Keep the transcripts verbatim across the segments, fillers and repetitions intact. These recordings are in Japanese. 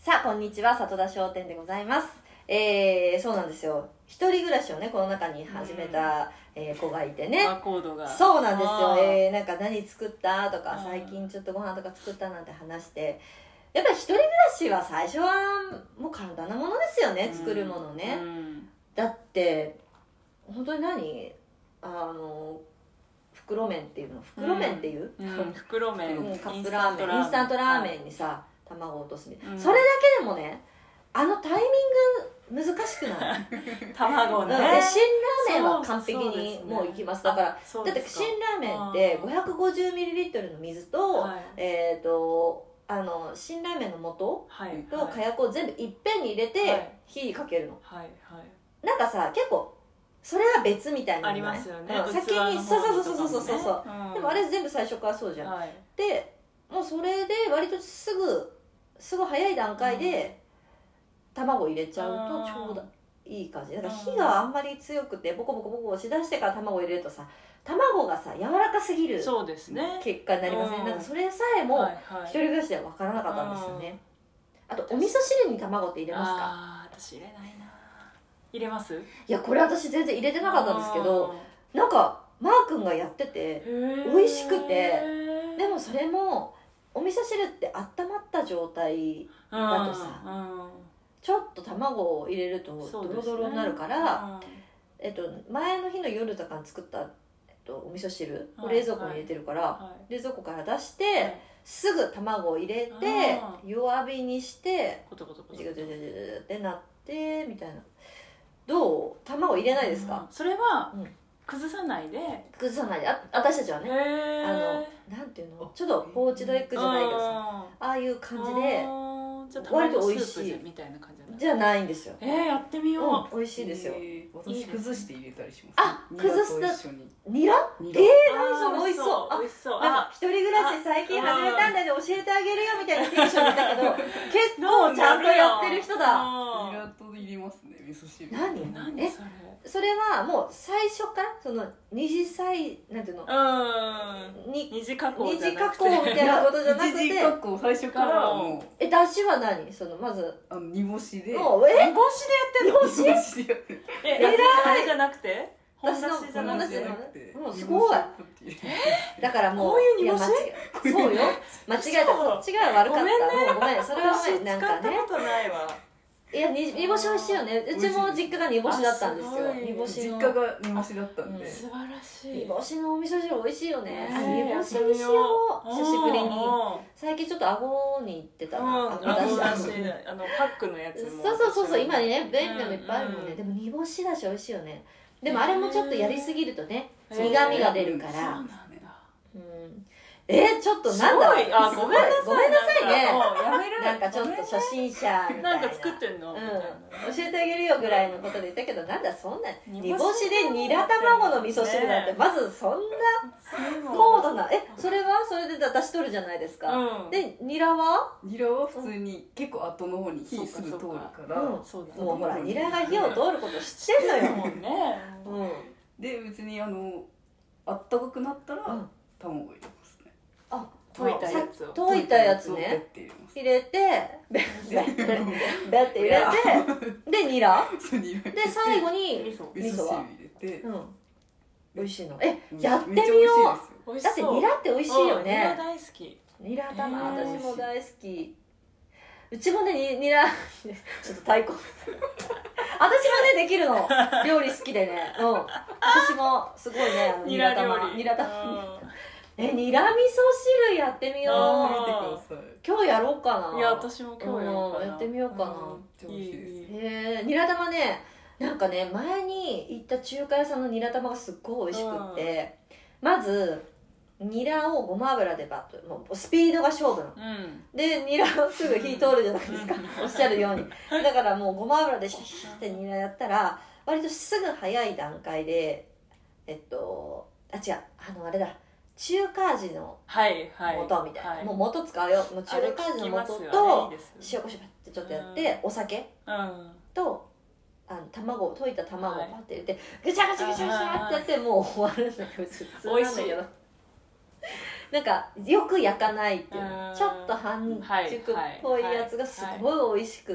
さあこんにちは、里田商店でございます。えー、そうなんですよ、一人暮らしをねこの中に始めた、うん、えー、子がいてね、 バーコードがそうなんですよ。えー、なんか何作ったとか、最近ちょっとご飯とか作ったなんて話して、やっぱり一人暮らしは最初はもう簡単なものですよね、作るものね、うん、だって本当に何あの袋麺っていうの袋麺っていう、 うんうん、袋麺、 うん、カップラーメンインスタントラーメンにさ、はい、卵を落とすみたいな、うん、それだけでもね、あのタイミング難しくない卵ね、 うん、で辛ラーメンは完璧にもういきます。だからだって辛ラーメンって ごひゃくごじゅうミリリットル の水と、はい、えっ、ー、とあの辛ラーメンの素と火薬を全部いっぺんに入れて火にかけるの、はいはい、なんかさ結構それは別みたいなのありますよね、 うん、先にそうそうそうそうそうそうそう、うん、でもあれ全部最初からそうじゃん、はい、でもうそれで割とすぐすごい早い段階で卵入れちゃうとちょうどいい感じだから火があんまり強くてボコボコボコボコしだしてから卵入れるとさ卵がさ柔らかすぎるそうですね結果になりますね、うん、なんかそれさえも一人暮らしでは分からなかったんですよね、あとお味噌汁に卵って入れますか？ ああ私入れないな。入れます？ いやこれ私全然入れてなかったんですけど、なんかマー君がやってて美味しくて、でもそれもお味噌汁って温まった状態だとさ、ちょっと卵を入れるとドロドロになるから、えっと、前の日の夜とかに作った、えっと、お味噌汁を冷蔵庫に入れてるから、はいはい、冷蔵庫から出して、はい、すぐ卵を入れて弱火にしてコトコトコトジュジュジュジュってなってみたいな。どう？卵入れないですか？ うん、それは、うん、崩さないで崩さないで、あ私たちはね、あのなんていうのちょっとポーチドエッグじゃないけどさ、ああいう感じで割と美味しいみたいな感じじゃないんですよ。 えー、やってみよう、うん、美味しいですよ。 えー、私崩して入れたりします、ね、 あ、崩したニラ？えー、何それ美味しそう。あ、 美味しそう。 なんか一人暮らし最近始めたんだで教えてあげるよみたいなテンションだけど結構ちゃんとやってる人だ。 ニラと入れますね、味噌汁。 何？ 何え、 それ？ それはもう最初からその二次再なんていうの？ うん。二次加工二次加工みたいなことじゃなくて。 二次加工最初からもう。 え、だしは何？そのまずあの煮干しで。 もうえ？ 煮干しでやってるの？ 煮干しでやってる。 え、えらい。あれじゃなくて？ 私の本だしじゃなくて。もうすごい。だからもうこういう煮干し？ そうよ。間違えた。こっちが悪かった。もうごめん。それはごめん。なんかね。 使ったことないわ。 いや、煮干し美味しいよね。うちも実家が煮干しだったんですよ。煮干し実家が煮干しだったんで、 素晴らしい。 煮干しのお味噌汁美味しいよね。煮干しにしよう、久しぶりに。最近ちょっと顎にいってたな。 顎だし、あのパックのやつも。 そうそうそうそう、今ね便利なのいっぱいあるもんね。でも煮干しだし美味しいよね。でもあれもちょっとやりすぎるとね、苦味が出るから。えー、ちょっとなんだ、 あ、ごめんなさい、 ごめんなさいね。 やめる。 なんかちょっと初心者みたいな。 なんか作ってんの？ うん。教えてあげるよぐらいのことで言ったけど、なんだそんな煮干しでニラ卵の味噌汁なんてまずそんな高度な、え、それはそれで出しとるじゃないですか。でニラは？ ニラは普通に結構後の方に火すぐ通るから、もうほらニラが火を通ること知ってんのよ。もんね。 うん。で別にあのあったかくなったら卵入れます。 あ、 溶いたやつを溶いたやつね入れてベッベッベッベッって入れてでニラで最後に味噌は美味しいの。え、やってみよう。だってニラって美味しいよね。 ニラ大好き。 ニラ玉私も大好き。うちもねニラちょっと対抗私もねできるの料理好きでね、うん、私もすごいねニラ玉ニラ玉え、ニラ味噌汁やってみよう。今日やろうかな。 いや、私も今日やろうかな。 やってみようかな。 うん、いいです。 へえ、ニラ玉ね、なんかね、前に行った中華屋さんのニラ玉がすっごい美味しくって、まず、ニラをごま油でバッと、もうスピードが勝負なの。うん、で、ニラをすぐ火通るじゃないですか。おっしゃるように。だからもうごま油でシャッシャッってニラやったら、割とすぐ早い段階で、えっと、あ、違う、あの、あれだ。中華味の素みたいな、はいはい、もう素使うよ。もう中華味の素と塩コショウってちょっとやって、うん、お酒、うん、とあの卵溶いた卵をパッて入れて、ぐちゃぐちゃぐちゃぐちゃってやってもう終わるんだけど普通なんだけどなんかよく焼かないっていうの、 うんちょっと半熟っぽいやつがすごい美味しくって、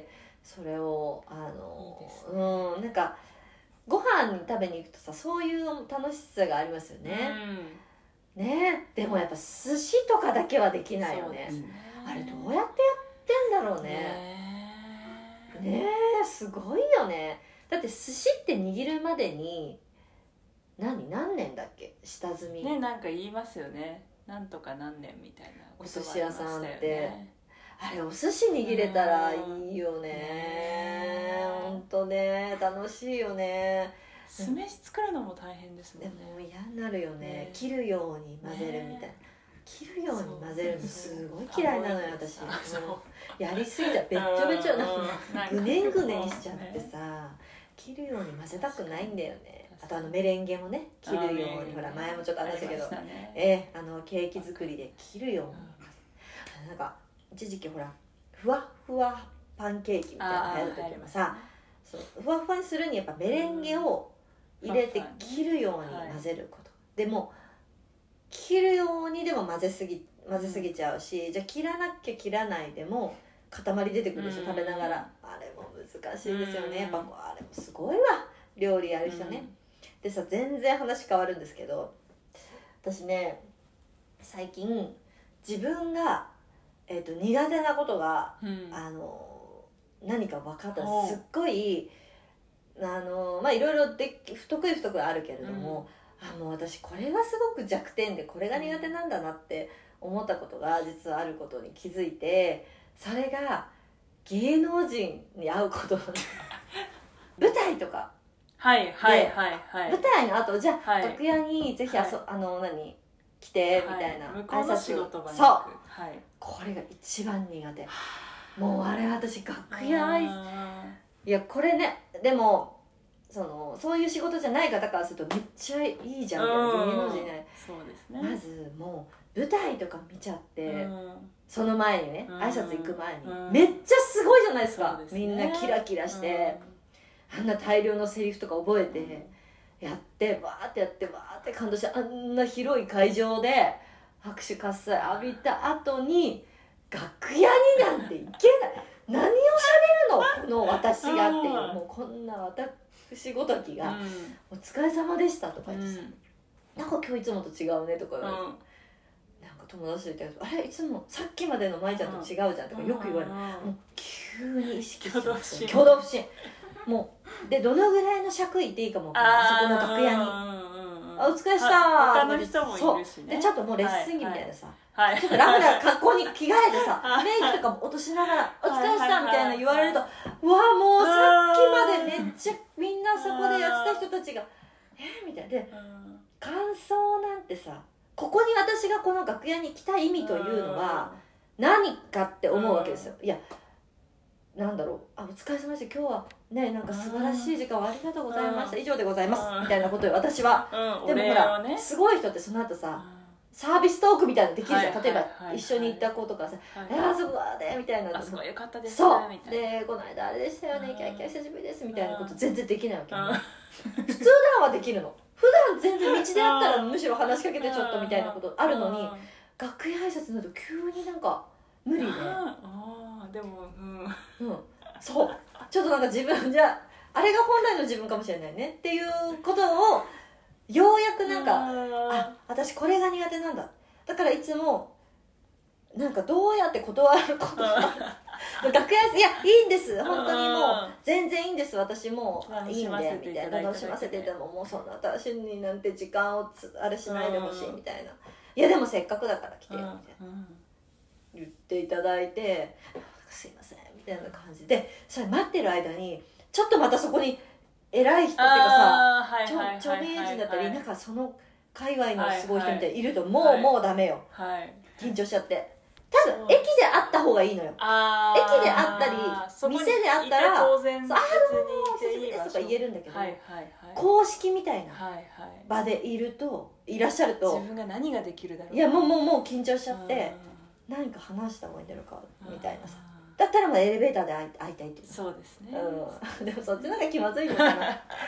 それをあのいいですねうんなんかご飯に食べに行くとさ、そういう楽しさがありますよね、 うんね。でもやっぱ寿司とかだけはできないよね。 そうですねあれどうやってやってんだろうね。 ねねえすごいよね。だって寿司って握るまでに何何年だっけ、下積み、 ね、なんか言いますよね、なんとか何年みたいなお寿司屋さんって言葉ありましたよね。 あれお寿司握れたらいいよね。 ねほんとね楽しいよね。 酢飯作るのも大変ですもんでね。 も嫌になるよねね切るように混ぜるみたいな、 ね切るように混ぜるのすごいそう嫌いなのよ私。 そううんやりすぎちゃべっちょべちょうんなんかなんかぐねんぐねんしちゃってねさ、切るように混ぜたくないんだよね。あとあのメレンゲもね切るように、ほら前もちょっと話したけど、 ありましたねええあのケーキ作りで切るように、あのなんか一時期ほらふわふわパンケーキみたいなの流行った時もさ、そうふわふわにするにやっぱメレンゲを入れて切るように混ぜること、でも切るようにでも混ぜすぎ混ぜすぎちゃうし、じゃあ切らなきゃ切らないでも塊出てくるでしょ、 うん食べながら。あれも難しいですよね、 うんやっぱあれもすごいわ料理やる人ね、でさ全然話変わるんですけど、私ね最近自分が、えー、と苦手なことが、 うんあの何か分かったおうすっごいあのまあいろいろで不得意不得意あるけれども、あもう私これがすごく弱点でこれが苦手なんだなって思ったことが実はあることに気づいて、それが芸能人に会うことなんです舞台とかはいはいはいはい舞台の後じゃあ、 はい楽屋にぜひあそ、 はいあの何来てみたいな、 はい、向こうの仕事場にそう行くはいこれが一番苦手。もうあれ私楽屋挨拶あいやこれねでもそのそういう仕事じゃない方からするとめっちゃいいじゃんみたいな、 うん芸能人ねそうですねまずもう舞台とか見ちゃって、 うんその前にねうん挨拶行く前に、 うんめっちゃすごいじゃないですかそうですねみんなキラキラして、あんな大量のセリフとか覚えてやってバーってやってバーって感動してあんな広い会場で拍手喝采浴びた後に楽屋になんて行けない何を喋るのこの私がっていううんもうこんな私ごときがうん 「お疲れ様でした」とかうん言ってさ「なんか今日いつもと違うね」とか言われて、 うんなんか友達と言ったら「あれいつもさっきまでの舞ちゃんと違うじゃん」とかよく言われる、もう急に意識しちゃって挙動不審挙動不審もうでどのぐらいの尺いていいかも分からないあそこの楽屋に「あお疲れしたあ他の人もいるしそうねでちょっともうレッスン着みたいなさ、 はいちょっとラフな格好に着替えてさはいメイクとかも落としながら「お疲れした」 はいみたいな言われるとうわもうさっきまでめっちゃみんなそこでやってた人たちが「えみたいなでうん感想なんてさここに私がこの楽屋に来た意味というのは何かって思うわけですよ。いやなんだろうあお疲れ様でした今日はねなんか素晴らしい時間をありがとうございましたうん以上でございますうんみたいなことを私はうんでもほお礼らをねすごい人ってその後さうんサービストークみたいなのできるじゃん、 はい例えば、 はいはい一緒に行った子とかさ「 はいえあそこはね」みたいなあすごいよかったですそうみたいなでこの間あれでしたよねうんキャイキャイ久しぶりですみたいなこと全然できないわけよ、 うん普通段はできるの普段全然道で会ったらむしろ話しかけてちょっとみたいなことあるのに楽屋挨拶になると急になんか無理で、 ああでもうんうん、そうちょっとなんか自分じゃあれが本来の自分かもしれないねっていうことをようやくなんかあ私これが苦手なんだだからいつもなんかどうやって断ることが楽屋いやいいんです本当にもう全然いいんです私もういいんでみたいな楽しませていただいてももうそんな私になんて時間をつあれしないでほしいみたいないやでもせっかくだから来てよみたいな言っていただいてすいませんみたいな感じでそれ待ってる間にちょっとまたそこに偉い人っていうかさ著著名人だったりなんかその界隈のすごい人みたいにいるともう、 はいもうダメよはい緊張しちゃって多分駅で会った方がいいのよあ駅で会ったり店で会ったら当然別そうあにいていい場所とか言えるんだけど、 はいはいはい公式みたいなはいはい場でいるといらっしゃると自分が何ができるだろういやもうもうもう緊張しちゃって何か話した方がいいんだろうかうんみたいなさだったらもうエレベーターで会い会いたいっていうそうですねうん、でもそっちの方が気まずいのかな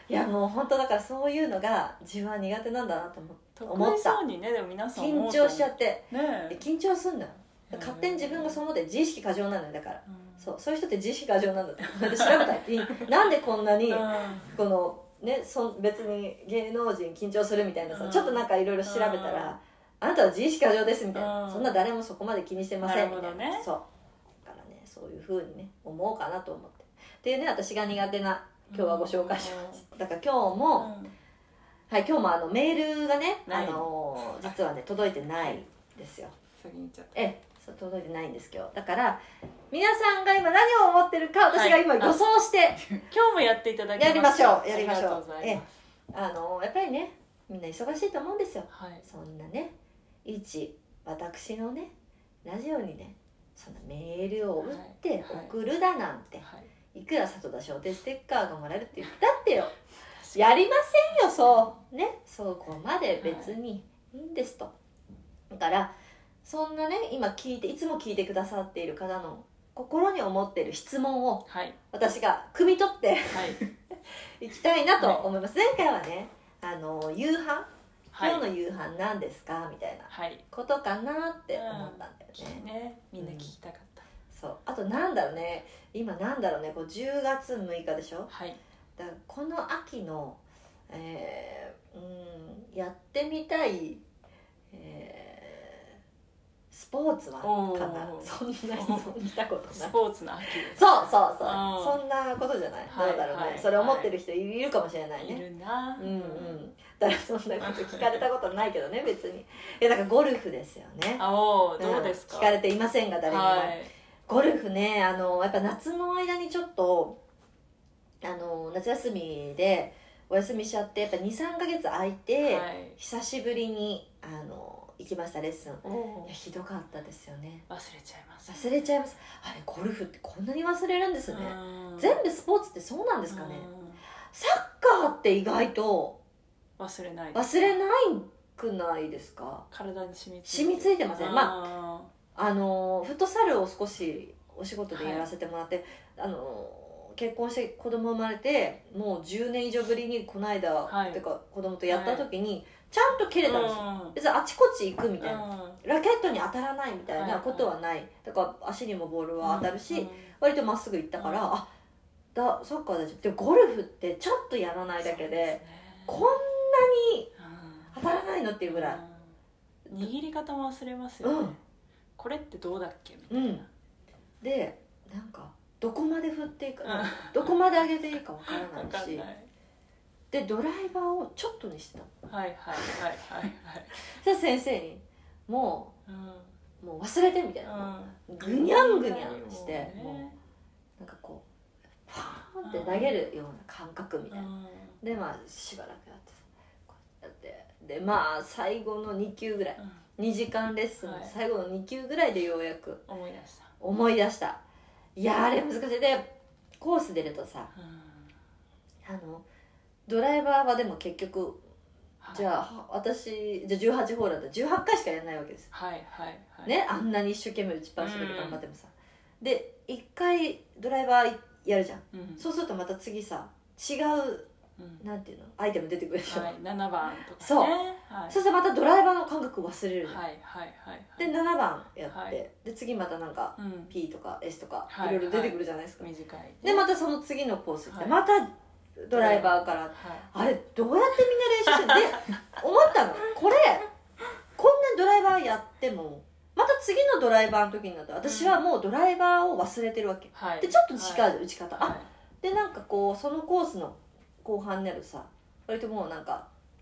いやもう本当だからそういうのが自分は苦手なんだなと思得思った意そうにねでも皆さん思緊うと思う張しちゃってねえで緊張すんのよへー勝手に自分がそう思って自意識過剰なのよだからうんそうそういう人って自意識過剰なんだってで調べたらいなんでこんなにうんこのねそん別に芸能人緊張するみたいなさ、 うんちょっとなんかいろいろ調べたうんら、あなたは自意識過剰ですみたいな、 うんそんな誰もそこまで気にしてませんみたいな、 なるほどねそうだからねそういうふうにね思うかなと思ってっていうね私が苦手な今日はご紹介します、だから今日も、 うんはい今日もあのメールがねあないの実はね届いてないですよ先に言っちゃっええそう届いてないんです今日だから皆さんが今何を思ってるか私が今はい予想して、 た今日もやっていただきますやりましょうやりましょうありがとうございますあのやっぱりねみんな忙しいと思うんですよはいそんなね一私のねラジオにねそんなメールを打ってはい送るだなんて、 はいいくら里田商店ステッカーがもらえるって言ったってよやりませんよそうねそこまで別にいいんですとだからそんなね今聞いていつも聞いてくださっている方の心に思っている質問をはい私が汲み取ってはいいきたいなと思います、前回はねあの夕飯はい今日の夕飯何ですかみたいなはいことかなって思ったんだよね、 ねみんな聞きたかったそうあとなんだろうね今なんだろうねこうじゅうがつむいかでしょはいだからこの秋の、えーうんやってみたい、えースポーツはおーかなそんな質問したことないスポーツの秋ですそうそうそううんそんなことじゃない、 はいどうだろうね、 はいそれ思ってる人いるかもしれないね、 いるなうんうんだからそんなこと聞かれたことないけどね別にいやだからゴルフですよねあおーどうですかん聞かれていませんが誰にも、 はいゴルフねあのやっぱ夏の間にちょっとあの夏休みでお休みしちゃってやっぱにさんかげつ空いて、 はい久しぶりにあの行きましたレッスンおーいやひどかったですよね忘れちゃいます忘れちゃいますあれゴルフってこんなに忘れるんですねうん全部スポーツってそうなんですかねうんサッカーって意外と忘れない忘れないくないですか体に染みついて染みついてませんまああのフットサルを少しお仕事でやらせてもらって、あの結婚して子供生まれてもうじゅうねん以上ぶりにこの間、 はいっていうか子供とやった時に、ちゃんと蹴れたんですよ、 うん別にあちこち行くみたいな、 うんラケットに当たらないみたいなことはない、だから足にもボールは当たるし、 うん割とまっすぐ行ったから、 うんあだサッカー大丈夫でゴルフってちょっとやらないだけでそうすねこんなに当たらないのっていうぐらい、 うん握り方も忘れますよね、 うんこれってどうだっけみたいな、 うんでなんかどこまで振っていいか、 うんどこまで上げていいかわからわないしかんないでドライバーをちょっとにしてたはいはいはいはいはいそしたら先生にもうんうもう忘れてみたいな、 うんぐにゃんぐにゃんしてねもうなんかこうパーンって投げるような感覚みたいな、 うんでまあしばらくやってさこうやってでまあ最後のにきゅうぐらいうんにじかんレッスンのはい最後のにきゅうぐらいでようやく思い出した、 思い出したいやーあれ難しいでコース出るとさうんあのドライバーはでも結局はいじゃあ私じゃあじゅうはちホールだったらじゅうはちかいしかやらないわけですよ、 はいはいはいね、あんなに一生懸命打ちっぱなしで頑張ってもさ、でいっかいドライバーやるじゃん、 うんそうするとまた次さ違ううんなんていうのアイテム出てくるでしょ、 はい、ななばんとかねそうはいそしたらまたドライバーの感覚忘れるじゃん、 はいはいはいでななばんやって、 はいで次またなんかうん P とか S とかはいいろいろ出てくるじゃないですか、 短いでまたその次のコース行って、 はいまたドライバーから、 はいあれどうやってみんな練習してんで思ったのこれこんなドライバーやってもまた次のドライバーの時になったら私はもうドライバーを忘れてるわけ、 はいでちょっと違う、打ち方、 はいあでなんかこうそのコースの後半になるさ割ともうなんか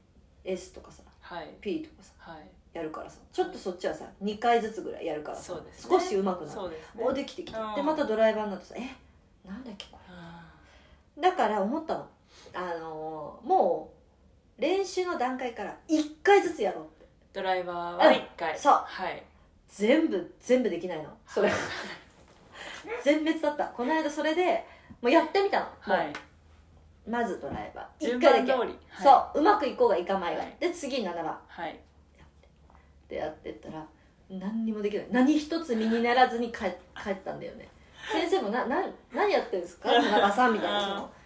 S とかさはい P とかさはいやるからさちょっとそっちはさにかいずつぐらいやるからさ、 そうですね少し上手くなるそうですねおできてきた、 うんでまたドライバーになるとさえなんだっけこれだから思ったの、あのーもう練習の段階からいっかいずつやろうってドライバーはいっかいそうはい全部全部できないのそれ全滅だったこの間それでもうやってみたの、 はいもうまずドライバー順いっかいだけ、 番通りそううまくいこうがいかまいが、 はいで次ななばんはいでやってったら何にもできない何一つ身にならずに帰帰ったんだよね先生もなな何やってるんですか田中さんみたいなその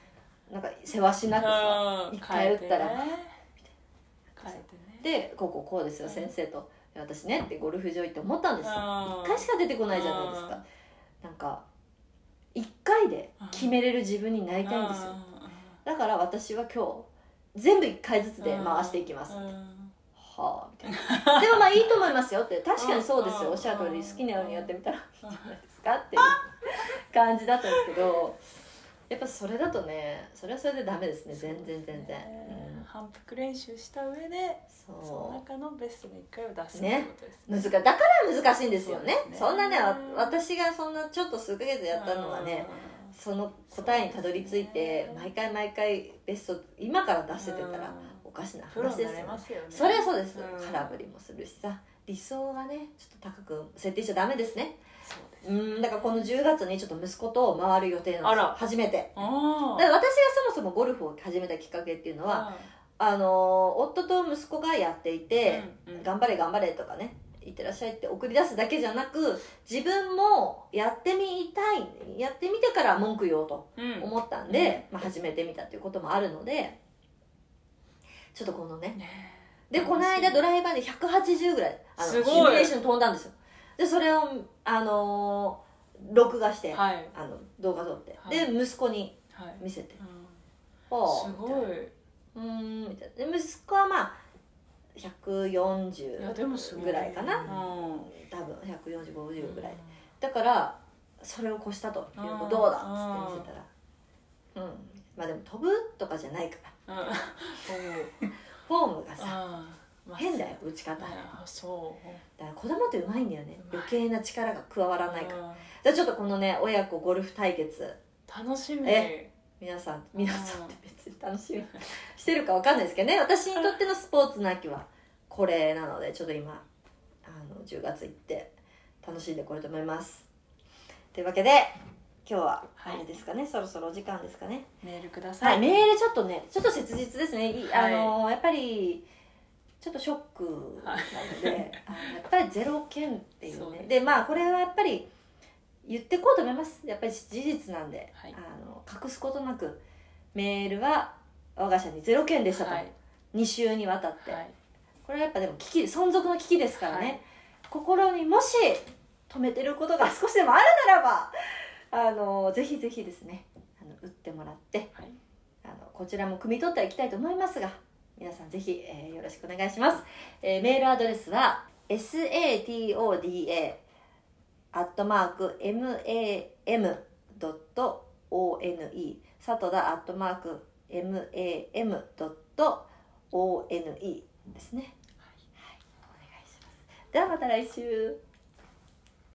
なんかせわしなくさうん一回打ったら変えてね変えてねでこうこうこうですよ、 うん先生と私ねってゴルフ場行って思ったんですよ。 うん一回しか出てこないじゃないですか。なんか一回で決めれる自分になりたいんですよ。だから私は今日全部一回ずつで回していきます。 うんはあみたいな。でもまあいいと思いますよって、確かにそうですよ、 うんおっしゃる通り好きなようにやってみたらいいんじゃないですかっていう感じだったんですけど、やっぱそれだとね、それはそれでダメですね、全然全然、うん、 反復練習した上でそのそ中のベストのいっかいを出すってねことですう難しい、だから難しいんですよね。 そうですねそんなね、わ私がそんなちょっと数ヶ月やったのはね、その答えにたどり着いて毎回毎回ベスト今から出せてたらおかしなプロにな話ですよね。 れますよね。 それはそうです、 うん空振りもするしさ、理想がねちょっと高く設定しちゃダメですね。 そうです。 うん、だからこのじゅうがつにちょっと息子と回る予定なんですよ、 あら初めて。 あだから私がそもそもゴルフを始めたきっかけっていうのは、あの夫と息子がやっていて、 うんうん頑張れ頑張れとかね、いってらっしゃいって送り出すだけじゃなく、自分もやってみたい、やってみてから文句言おうとうん思ったんで、まあ、始めてみたっていうこともあるので、ちょっとこのね、 ねでこの間ドライバーでひゃくはちじゅうぐらいあのすごいシミュレーション飛んだんですよ。でそれを、あのー録画して、 はいあの動画撮って、 はいで息子にはい。 見せてうん 「おーすごい。 みたなうーん」みたいな。で息子はまあひゃくよんじゅいやでもすごいうぐらいかな、 うん多分ひゃくよんじゅう、ごじゅうぐらいだからそれを越したといううんどうだっつって見せたら「うんまあでも飛ぶとかじゃないからうんフォームがさあー変だよ打ち方」だかあそうら子供ってうまいんだよね、 うまい余計な力が加わらないから。 うんじゃあちょっとこのね親子ゴルフ対決、 楽しみ。 え皆さん皆さんって別に楽しみしてるかわかんないですけどね、私にとってのスポーツの秋はこれなので、ちょっと今あのじゅうがつ行って楽しんでこれと思います。というわけで今日はあれですかね、そろそろお時間ですかね。 メールくださ。 はいい、メールちょっとねちょっと切実ですね。いあはいのやっぱりちょっとショックなので、あのやっぱりゼロ件っていうね。 そうですでまあこれはやっぱり言ってこうと思います。やっぱり事実なんで、 はいあの隠すことなくメールは我が社にゼロ件でしたと、 はいに週にわたって、 はいこれはやっぱでも危機存続の危機ですからね、 はい心にもし止めてることが少しでもあるならばあのぜひぜひですねあの打ってもらってはいあのこちらも汲み取っていきたいと思いますが、皆さんぜひ、えーよろしくお願いします、えーメールアドレスは サトダ アットマーク エムエーエム ドット オーエヌイー サトダアットマーク エムエーエム ドット オーエヌイー ですね。はい、お願いします。ではまた来週。